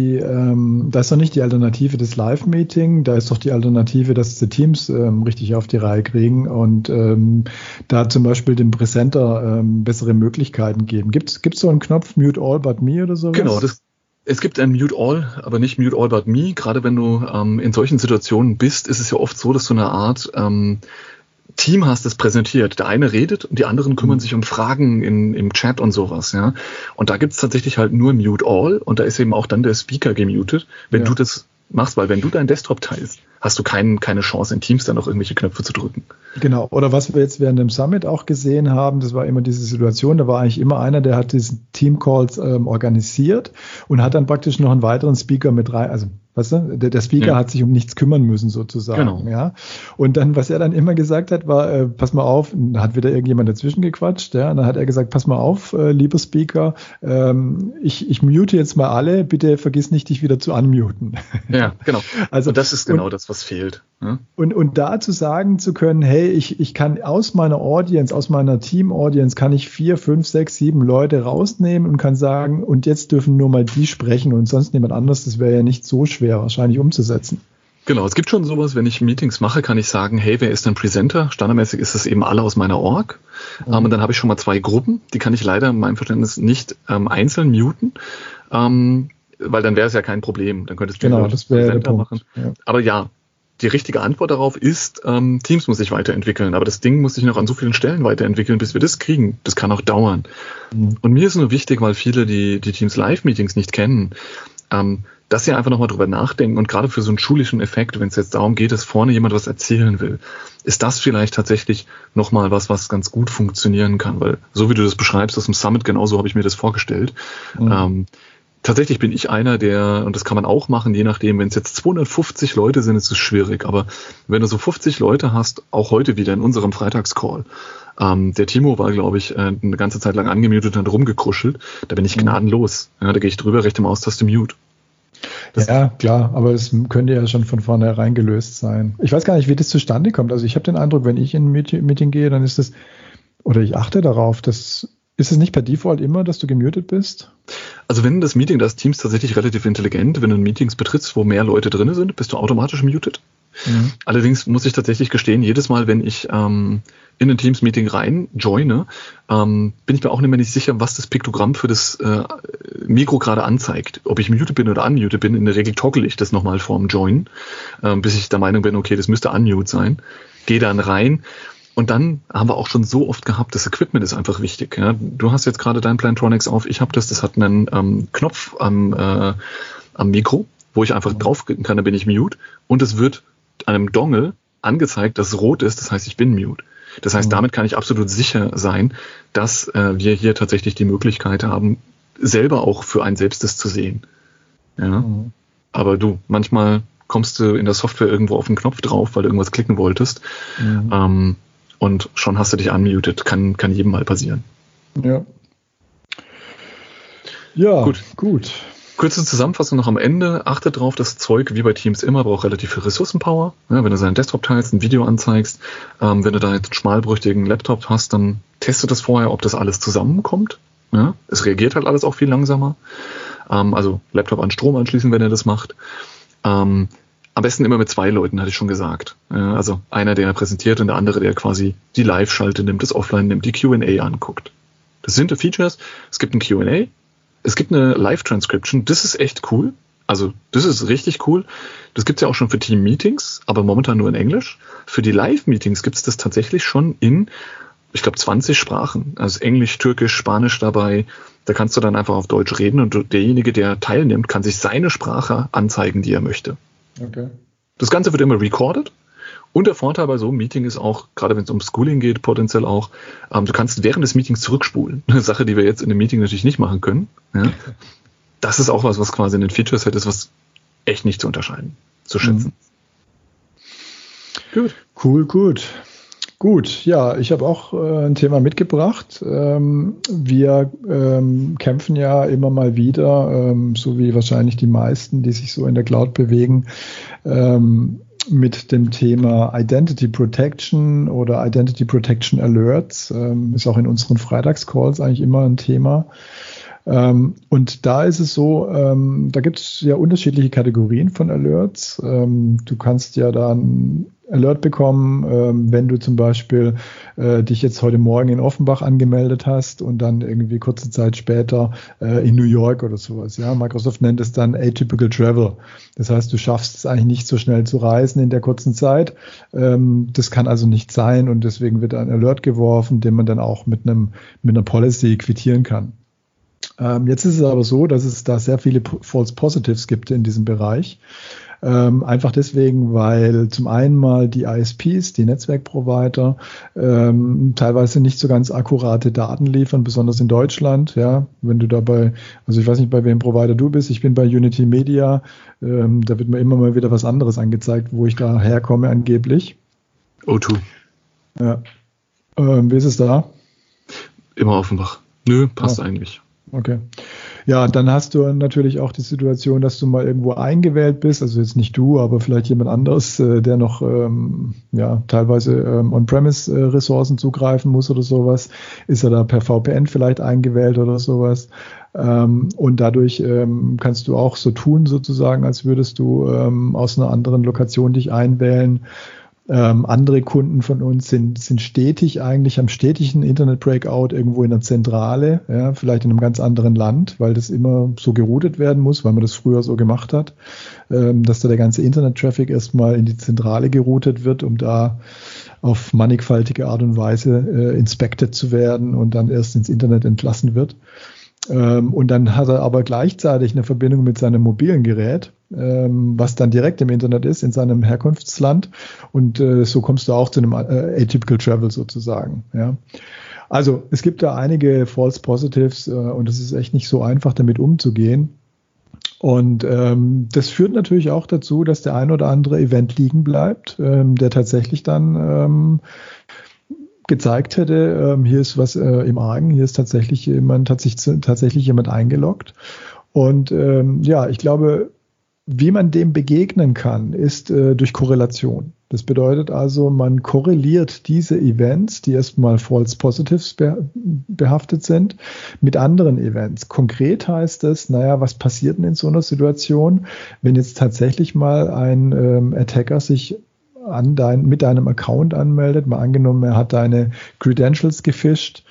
da ist doch nicht die Alternative des Live-Meeting, da ist doch die Alternative, dass die Teams richtig auf die Reihe kriegen und da zum Beispiel dem Presenter bessere Möglichkeiten geben. Gibt's so einen Knopf Mute All but Me oder sowas? Genau, es gibt ein Mute All, aber nicht Mute All but Me. Gerade wenn du in solchen Situationen bist, ist es ja oft so, dass du eine Art Team hast, das präsentiert. Der eine redet und die anderen kümmern sich um Fragen im Chat und sowas. Ja. Und da gibt es tatsächlich halt nur Mute All und da ist eben auch dann der Speaker gemutet. Wenn du das machst, weil wenn du deinen Desktop teilst, hast du keine Chance, in Teams dann noch irgendwelche Knöpfe zu drücken. Genau. Oder was wir jetzt während dem Summit auch gesehen haben, das war immer diese Situation, da war eigentlich immer einer, der hat diesen Team-Calls organisiert und hat dann praktisch noch einen weiteren Speaker mit rein, also weißt du, der Speaker hat sich um nichts kümmern müssen sozusagen. Genau. Ja. Und dann, was er dann immer gesagt hat, war, pass mal auf, da hat wieder irgendjemand dazwischen gequatscht, ja, und dann hat er gesagt, pass mal auf, lieber Speaker, ich mute jetzt mal alle, bitte vergiss nicht, dich wieder zu unmuten. Ja, genau. Also, und das ist genau das, was fehlt. Ja? Und da zu sagen zu können, hey, ich kann aus meiner Audience, aus meiner Team-Audience, kann ich 4, 5, 6, 7 Leute rausnehmen und kann sagen, und jetzt dürfen nur mal die sprechen und sonst niemand anders, das wäre ja nicht so schwer wahrscheinlich umzusetzen. Genau, es gibt schon sowas, wenn ich Meetings mache, kann ich sagen, hey, wer ist denn Presenter? Standardmäßig ist es eben alle aus meiner Org. Und dann habe ich schon mal 2 Gruppen, die kann ich leider in meinem Verständnis nicht einzeln muten, weil dann wäre es ja kein Problem. Dann könntest du das Presenter machen. Ja. Aber ja, die richtige Antwort darauf ist, Teams muss sich weiterentwickeln, aber das Ding muss sich noch an so vielen Stellen weiterentwickeln, bis wir das kriegen. Das kann auch dauern. Und mir ist nur wichtig, weil viele die Teams Live-Meetings nicht kennen, dass sie einfach nochmal drüber nachdenken und gerade für so einen schulischen Effekt, wenn es jetzt darum geht, dass vorne jemand was erzählen will, ist das vielleicht tatsächlich nochmal was ganz gut funktionieren kann, weil so wie du das beschreibst aus dem Summit, genauso habe ich mir das vorgestellt. Tatsächlich bin ich einer, und das kann man auch machen, je nachdem, wenn es jetzt 250 Leute sind, ist es schwierig, aber wenn du so 50 Leute hast, auch heute wieder in unserem Freitagscall, der Timo war, glaube ich, eine ganze Zeit lang angemutet und rumgekruschelt, da bin ich gnadenlos. Ja, da gehe ich drüber, rechte Maustaste Mute. Ja, klar, aber es könnte ja schon von vornherein gelöst sein. Ich weiß gar nicht, wie das zustande kommt. Also ich habe den Eindruck, wenn ich in ein Meeting gehe, dann ist es, oder ich achte darauf, ist es nicht per Default immer, dass du gemutet bist? Also wenn das Teams tatsächlich relativ intelligent, wenn du Meetings betrittst, wo mehr Leute drin sind, bist du automatisch muted. Allerdings muss ich tatsächlich gestehen, jedes Mal, wenn ich in ein Teams-Meeting rein joine, bin ich mir auch nicht mehr sicher, was das Piktogramm für das Mikro gerade anzeigt. Ob ich muted bin oder unmuted bin, in der Regel toggle ich das nochmal vorm Join, bis ich der Meinung bin, okay, das müsste unmute sein. Gehe dann rein und dann haben wir auch schon so oft gehabt, das Equipment ist einfach wichtig. Ja? Du hast jetzt gerade dein Plantronics auf, ich habe das hat einen Knopf am Mikro, wo ich einfach draufklicken kann, da bin ich mute und es wird einem Dongle angezeigt, dass es rot ist, das heißt, ich bin mute. Das heißt, damit kann ich absolut sicher sein, dass wir hier tatsächlich die Möglichkeit haben, selber auch für einen selbst das zu sehen. Ja? Aber du, manchmal kommst du in der Software irgendwo auf den Knopf drauf, weil du irgendwas klicken wolltest und schon hast du dich unmuted. Kann jedem mal passieren. Ja, gut. Kurze Zusammenfassung noch am Ende. Achtet darauf, das Zeug, wie bei Teams immer, braucht relativ viel Ressourcenpower. Ja, wenn du seinen Desktop teilst, ein Video anzeigst, wenn du da jetzt einen schmalbrüchigen Laptop hast, dann teste das vorher, ob das alles zusammenkommt. Ja, es reagiert halt alles auch viel langsamer. Also Laptop an Strom anschließen, wenn er das macht. Am besten immer mit 2 Leuten, hatte ich schon gesagt. Ja, also einer, der präsentiert und der andere, der quasi die Live-Schalte nimmt, das Offline nimmt, die Q&A anguckt. Das sind die Features. Es gibt ein Q&A. Es gibt eine Live-Transcription, das ist echt cool. Also das ist richtig cool. Das gibt es ja auch schon für Team-Meetings, aber momentan nur in Englisch. Für die Live-Meetings gibt es das tatsächlich schon in, ich glaube, 20 Sprachen. Also Englisch, Türkisch, Spanisch dabei. Da kannst du dann einfach auf Deutsch reden und derjenige, der teilnimmt, kann sich seine Sprache anzeigen, die er möchte. Okay. Das Ganze wird immer recorded. Und der Vorteil bei so einem Meeting ist auch, gerade wenn es um Schooling geht, potenziell auch, du kannst während des Meetings zurückspulen. Eine Sache, die wir jetzt in dem Meeting natürlich nicht machen können. Ja. Das ist auch was quasi in den Feature-Set ist, was echt nicht zu unterscheiden, zu schätzen. Gut. Gut, ja, ich habe auch ein Thema mitgebracht. Wir kämpfen ja immer mal wieder, so wie wahrscheinlich die meisten, die sich so in der Cloud bewegen, mit dem Thema Identity Protection oder Identity Protection Alerts. Ist auch in unseren Freitagscalls eigentlich immer ein Thema. Und da ist es so, da gibt es ja unterschiedliche Kategorien von Alerts. Du kannst ja dann Alert bekommen, wenn du zum Beispiel dich jetzt heute Morgen in Offenbach angemeldet hast und dann irgendwie kurze Zeit später in New York oder sowas. Ja, Microsoft nennt es dann Atypical Travel. Das heißt, du schaffst es eigentlich nicht so schnell zu reisen in der kurzen Zeit. Das kann also nicht sein und deswegen wird ein Alert geworfen, den man dann auch mit einer Policy quittieren kann. Jetzt ist es aber so, dass es da sehr viele False Positives gibt in diesem Bereich. Einfach deswegen, weil zum einen mal die ISPs, die Netzwerkprovider, teilweise nicht so ganz akkurate Daten liefern, besonders in Deutschland. Ja, wenn du dabei, also ich weiß nicht, bei welchem Provider du bist, ich bin bei Unity Media, da wird mir immer mal wieder was anderes angezeigt, wo ich da herkomme angeblich. O2. Ja. Wie ist es da? Immer Offenbach. Nö, passt eigentlich. Okay. Ja, dann hast du natürlich auch die Situation, dass du mal irgendwo eingewählt bist, also jetzt nicht du, aber vielleicht jemand anderes, der noch teilweise On-Premise-Ressourcen zugreifen muss oder sowas, ist er da per VPN vielleicht eingewählt oder sowas. Und dadurch kannst du auch so tun sozusagen, als würdest du aus einer anderen Lokation dich einwählen. Andere Kunden von uns sind stetig eigentlich, haben stetig einen Internet-Breakout irgendwo in der Zentrale, ja, vielleicht in einem ganz anderen Land, weil das immer so geroutet werden muss, weil man das früher so gemacht hat, dass da der ganze Internet-Traffic erstmal in die Zentrale geroutet wird, um da auf mannigfaltige Art und Weise inspected zu werden und dann erst ins Internet entlassen wird. Und dann hat er aber gleichzeitig eine Verbindung mit seinem mobilen Gerät, was dann direkt im Internet ist, in seinem Herkunftsland. Und so kommst du auch zu einem Atypical Travel sozusagen. Ja. Also es gibt da einige False Positives und es ist echt nicht so einfach, damit umzugehen. Und das führt natürlich auch dazu, dass der ein oder andere Event liegen bleibt, der tatsächlich dann gezeigt hätte, hier ist was im Argen, hier ist tatsächlich jemand eingeloggt. Und ich glaube, wie man dem begegnen kann, ist durch Korrelation. Das bedeutet also, man korreliert diese Events, die erstmal False Positives behaftet sind, mit anderen Events. Konkret heißt es, was passiert denn in so einer Situation, wenn jetzt tatsächlich mal ein Attacker sich mit deinem Account anmeldet, mal angenommen, er hat deine Credentials gefischt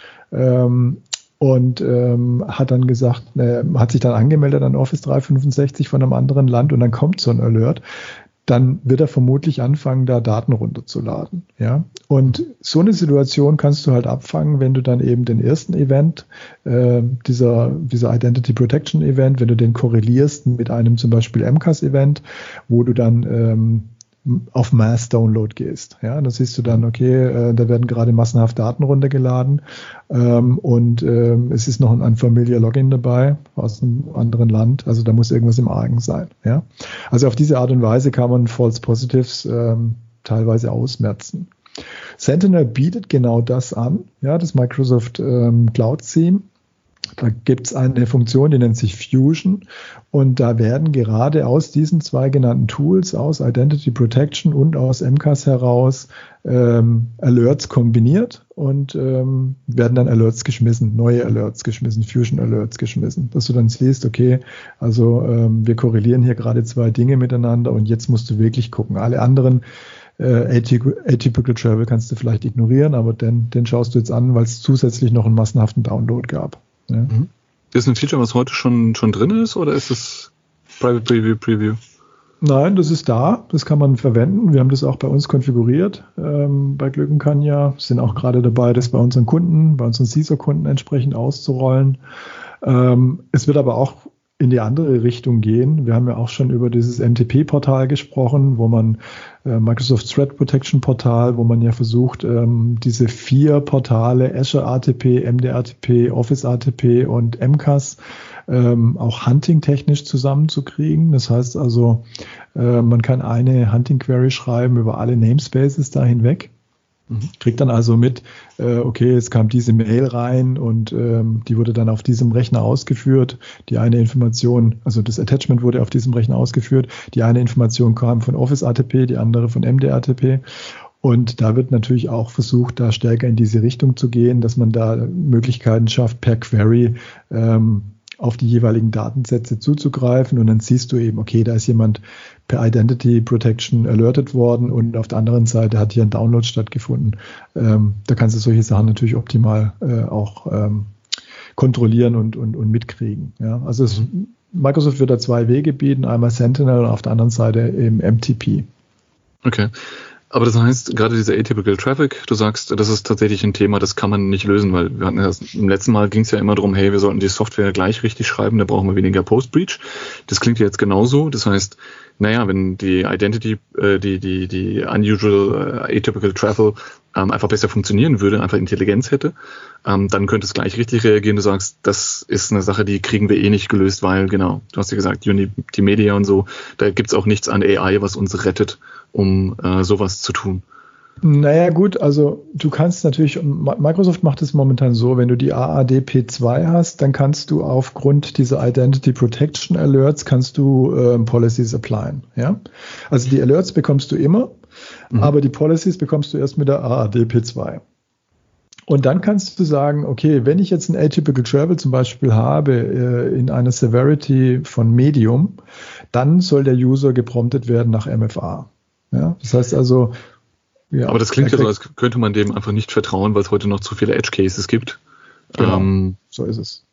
und hat dann gesagt, hat sich dann angemeldet an Office 365 von einem anderen Land und dann kommt so ein Alert, dann wird er vermutlich anfangen, da Daten runterzuladen. Ja? Und so eine Situation kannst du halt abfangen, wenn du dann eben den ersten Event, dieser Identity Protection Event, wenn du den korrelierst mit einem zum Beispiel MCAS-Event, wo du dann auf Mass-Download gehst. Ja, da siehst du dann, okay, da werden gerade massenhaft Daten runtergeladen und es ist noch ein unfamiliar Login dabei aus einem anderen Land, also da muss irgendwas im Argen sein. Ja, also auf diese Art und Weise kann man False Positives teilweise ausmerzen. Sentinel bietet genau das an, ja, das Microsoft Cloud Theme. Da gibt es eine Funktion, die nennt sich Fusion und da werden gerade aus diesen zwei genannten Tools, aus Identity Protection und aus MCAS heraus Alerts kombiniert und werden dann Alerts geschmissen, neue Alerts geschmissen, Fusion Alerts geschmissen, dass du dann siehst, okay, also wir korrelieren hier gerade zwei Dinge miteinander und jetzt musst du wirklich gucken. Alle anderen Atypical Travel kannst du vielleicht ignorieren, aber den schaust du jetzt an, weil es zusätzlich noch einen massenhaften Download gab. Ja. Ist ein Feature, was heute schon drin ist, oder ist es Private Preview? Nein, das ist da, das kann man verwenden. Wir haben das auch bei uns konfiguriert, bei Glückenkanja, sind auch gerade dabei, das bei unseren Kunden, bei unseren CISO-Kunden entsprechend auszurollen. Es wird aber auch in die andere Richtung gehen. Wir haben ja auch schon über dieses MTP-Portal gesprochen, wo man Microsoft Threat Protection Portal, wo man ja versucht, diese 4 Portale, Azure ATP, MDRTP, Office ATP und MCAS, auch hunting-technisch zusammenzukriegen. Das heißt also, man kann eine Hunting-Query schreiben über alle Namespaces da hinweg. Kriegt dann also mit, okay, es kam diese Mail rein und die wurde dann auf diesem Rechner ausgeführt. Die eine Information, also das Attachment wurde auf diesem Rechner ausgeführt. Die eine Information kam von Office ATP, die andere von MDRTP. Und da wird natürlich auch versucht, da stärker in diese Richtung zu gehen, dass man da Möglichkeiten schafft, per Query auf die jeweiligen Datensätze zuzugreifen und dann siehst du eben, okay, da ist jemand per Identity Protection alerted worden und auf der anderen Seite hat hier ein Download stattgefunden. Da kannst du solche Sachen natürlich optimal auch kontrollieren und mitkriegen. Ja? Also Microsoft wird da 2 Wege bieten, einmal Sentinel und auf der anderen Seite eben MTP. Okay. Aber das heißt, gerade dieser Atypical Traffic, du sagst, das ist tatsächlich ein Thema, das kann man nicht lösen, weil wir hatten das, im letzten Mal ging es ja immer darum, hey, wir sollten die Software gleich richtig schreiben, da brauchen wir weniger Post-Breach. Das klingt jetzt genauso. Das heißt, naja, wenn die Identity, die Unusual Atypical Travel einfach besser funktionieren würde, einfach Intelligenz hätte, dann könnte es gleich richtig reagieren. Du sagst, das ist eine Sache, die kriegen wir eh nicht gelöst, weil, genau, du hast ja gesagt, die Media und so, da gibt's auch nichts an AI, was uns rettet, um sowas zu tun. Naja gut, also du kannst natürlich, Microsoft macht es momentan so, wenn du die AADP2 hast, dann kannst du aufgrund dieser Identity Protection Alerts, kannst du Policies applyen. Ja? Also die Alerts bekommst du immer, aber die Policies bekommst du erst mit der AADP2. Und dann kannst du sagen, okay, wenn ich jetzt ein Atypical Travel zum Beispiel habe in einer Severity von Medium, dann soll der User gepromptet werden nach MFA. Ja? Das heißt also, ja, aber das klingt ja so, als könnte man dem einfach nicht vertrauen, weil es heute noch zu viele Edge-Cases gibt. Genau, so ist es.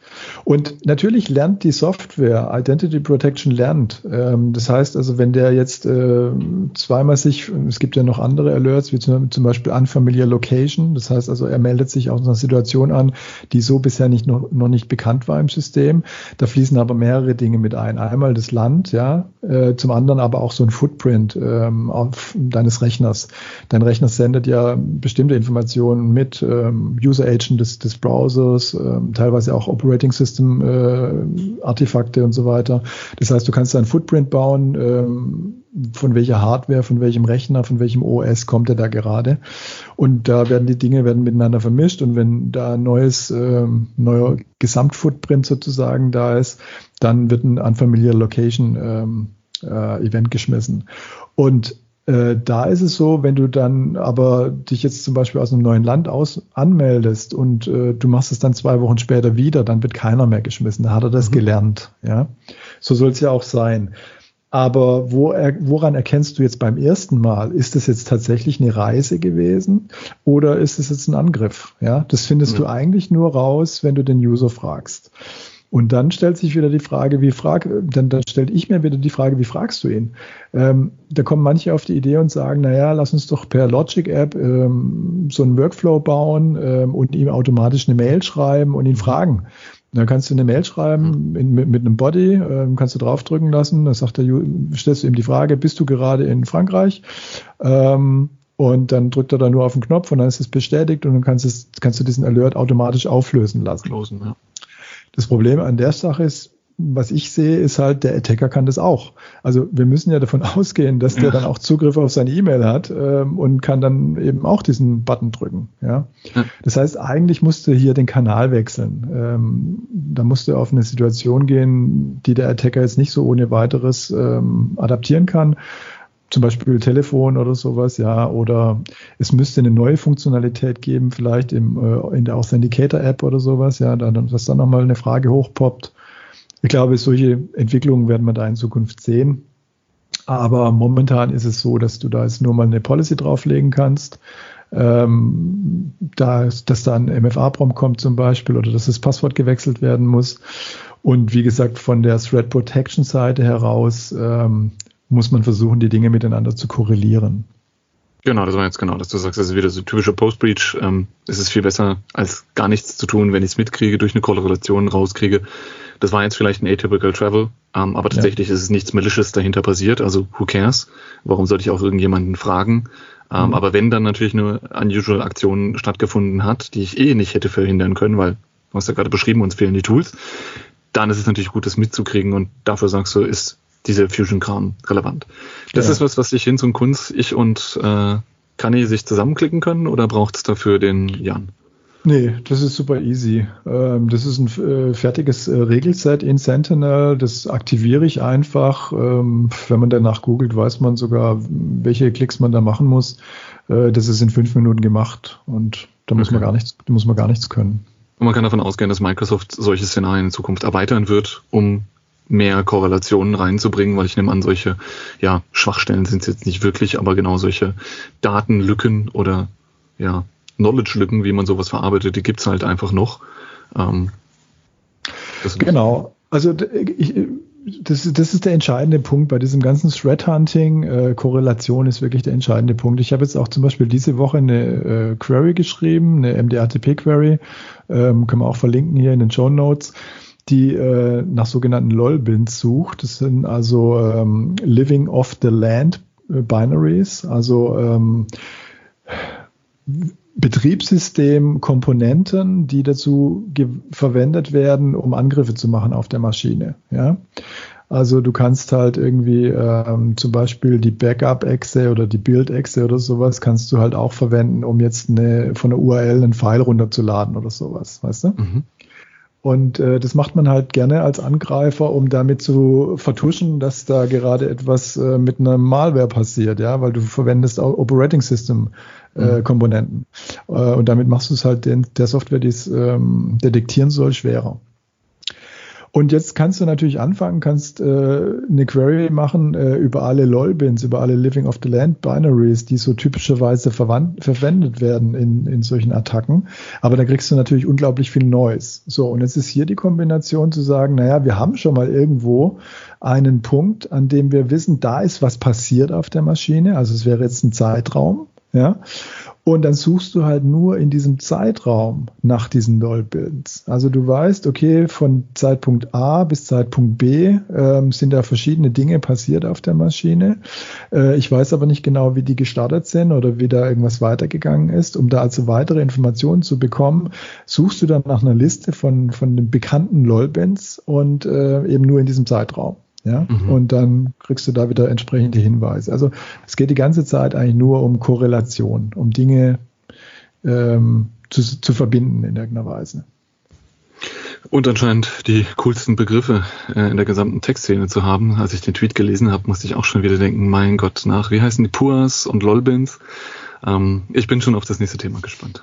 Und natürlich lernt die Software, Identity Protection lernt. Das heißt also, wenn der jetzt zweimal es gibt ja noch andere Alerts, wie zum Beispiel Unfamiliar Location. Das heißt also, er meldet sich aus einer Situation an, die so bisher noch nicht bekannt war im System. Da fließen aber mehrere Dinge mit ein. Einmal das Land, ja, zum anderen aber auch so ein Footprint auf deines Rechners. Dein Rechner sendet ja bestimmte Informationen mit, User Agent des Browsers, teilweise auch Operating System Artefakte und so weiter. Das heißt, du kannst einen Footprint bauen, von welcher Hardware, von welchem Rechner, von welchem OS kommt er da gerade. Und da werden die Dinge miteinander vermischt und wenn da ein neuer Gesamtfootprint sozusagen da ist, dann wird ein Unfamiliar Location Event geschmissen. Und da ist es so, wenn du dann aber dich jetzt zum Beispiel aus einem neuen Land anmeldest und du machst es dann 2 Wochen später wieder, dann wird keiner mehr geschmissen. Da hat er das gelernt. Ja? So soll es ja auch sein. Aber woran erkennst du jetzt beim ersten Mal? Ist das jetzt tatsächlich eine Reise gewesen oder ist es jetzt ein Angriff? Ja? Das findest du eigentlich nur raus, wenn du den User fragst. Und dann stellt sich wieder die Frage, dann stelle ich mir wieder die Frage, wie fragst du ihn? Da kommen manche auf die Idee und sagen, naja, lass uns doch per Logic-App so einen Workflow bauen und ihm automatisch eine Mail schreiben und ihn fragen. Dann kannst du eine Mail schreiben mit einem Body, kannst du draufdrücken lassen, dann stellst du ihm die Frage, bist du gerade in Frankreich? Und dann drückt er da nur auf den Knopf und dann ist es bestätigt und dann kannst du diesen Alert automatisch auflösen lassen. Ja. Das Problem an der Sache ist, was ich sehe, ist halt, der Attacker kann das auch. Also wir müssen ja davon ausgehen, dass der dann auch Zugriff auf seine E-Mail hat und kann dann eben auch diesen Button drücken. Ja? Das heißt, eigentlich musst du hier den Kanal wechseln. Da musst du auf eine Situation gehen, die der Attacker jetzt nicht so ohne weiteres adaptieren kann. Zum Beispiel Telefon oder sowas, ja, oder es müsste eine neue Funktionalität geben, vielleicht in der Authenticator-App oder sowas, ja, dass dann nochmal eine Frage hochpoppt. Ich glaube, solche Entwicklungen werden wir da in Zukunft sehen. Aber momentan ist es so, dass du da jetzt nur mal eine Policy drauflegen kannst, dass da ein MFA-Prompt kommt zum Beispiel oder dass das Passwort gewechselt werden muss. Und wie gesagt, von der Threat Protection-Seite heraus muss man versuchen, die Dinge miteinander zu korrelieren. Genau, das war jetzt genau, dass du sagst, das ist wieder so typischer Post-Breach. Es ist viel besser, als gar nichts zu tun, wenn ich es mitkriege, durch eine Korrelation rauskriege. Das war jetzt vielleicht ein Atypical Travel, aber tatsächlich ist es nichts Malicious dahinter passiert, also who cares? Warum sollte ich auch irgendjemanden fragen? Aber wenn dann natürlich eine unusual Aktion stattgefunden hat, die ich nicht hätte verhindern können, weil du hast ja gerade beschrieben, uns fehlen die Tools, dann ist es natürlich gut, das mitzukriegen und dafür sagst du, ist diese Fusion-Kram relevant. Das ist was sich Hinz und Kunz, ich und Kani sich zusammenklicken können oder braucht es dafür den Jan? Nee, das ist super easy. Das ist ein fertiges Regelset in Sentinel. Das aktiviere ich einfach. Wenn man danach googelt, weiß man sogar, welche Klicks man da machen muss. Das ist in 5 Minuten gemacht und da muss man gar nichts können. Und man kann davon ausgehen, dass Microsoft solche Szenarien in Zukunft erweitern wird, um mehr Korrelationen reinzubringen, weil ich nehme an, solche Schwachstellen sind es jetzt nicht wirklich, aber genau solche Datenlücken oder Knowledge-Lücken, wie man sowas verarbeitet, die gibt es halt einfach noch. Genau. Also das ist der entscheidende Punkt bei diesem ganzen Thread-Hunting. Korrelation ist wirklich der entscheidende Punkt. Ich habe jetzt auch zum Beispiel diese Woche eine Query geschrieben, eine MDRTP-Query, können wir auch verlinken hier in den Shownotes, die nach sogenannten LOL-Bins sucht. Das sind also Living off the Land Binaries, also Betriebssystem-Komponenten, die dazu verwendet werden, um Angriffe zu machen auf der Maschine. Ja? Also du kannst halt irgendwie zum Beispiel die Backup-Exe oder die Build-Exe oder sowas kannst du halt auch verwenden, um jetzt von der URL einen File runterzuladen oder sowas, weißt du? Mhm. Und das macht man halt gerne als Angreifer, um damit zu vertuschen, dass da gerade etwas mit einer Malware passiert, ja, weil du verwendest auch Operating System Komponenten. Und damit machst du es halt der Software, die es detektieren soll, schwerer. Und jetzt kannst du natürlich anfangen, kannst eine Query machen über alle LOL-Bins, über alle Living of the Land Binaries, die so typischerweise verwendet werden in solchen Attacken. Aber da kriegst du natürlich unglaublich viel Neues. So, und jetzt ist hier die Kombination zu sagen, naja, wir haben schon mal irgendwo einen Punkt, an dem wir wissen, da ist was passiert auf der Maschine. Also es wäre jetzt ein Zeitraum. Ja, und dann suchst du halt nur in diesem Zeitraum nach diesen LOL-Bins. Also du weißt, okay, von Zeitpunkt A bis Zeitpunkt B sind da verschiedene Dinge passiert auf der Maschine. Ich weiß aber nicht genau, wie die gestartet sind oder wie da irgendwas weitergegangen ist. Um da also weitere Informationen zu bekommen, suchst du dann nach einer Liste von den bekannten LOL-Bins und eben nur in diesem Zeitraum. Ja, und dann kriegst du da wieder entsprechende Hinweise. Also es geht die ganze Zeit eigentlich nur um Korrelation, um Dinge zu verbinden in irgendeiner Weise. Und anscheinend die coolsten Begriffe in der gesamten Textszene zu haben. Als ich den Tweet gelesen habe, musste ich auch schon wieder denken, mein Gott, wie heißen die Puas und LOL-Bins? Ich bin schon auf das nächste Thema gespannt.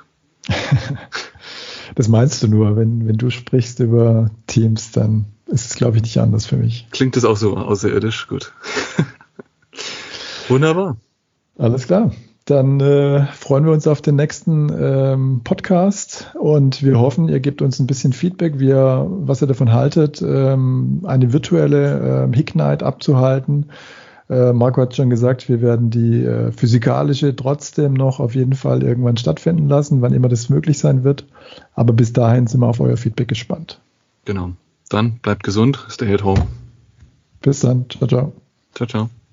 Das meinst du nur, wenn du sprichst über Teams, dann ist es, glaube ich, nicht anders für mich. Klingt das auch so außerirdisch? Gut. Wunderbar. Alles klar. Dann freuen wir uns auf den nächsten Podcast und wir hoffen, ihr gebt uns ein bisschen Feedback, was ihr davon haltet, eine virtuelle Hick-Night abzuhalten. Marco hat schon gesagt, wir werden die physikalische trotzdem noch auf jeden Fall irgendwann stattfinden lassen, wann immer das möglich sein wird. Aber bis dahin sind wir auf euer Feedback gespannt. Genau. Dann bleibt gesund, stay at home. Bis dann. Ciao, ciao. Ciao, ciao.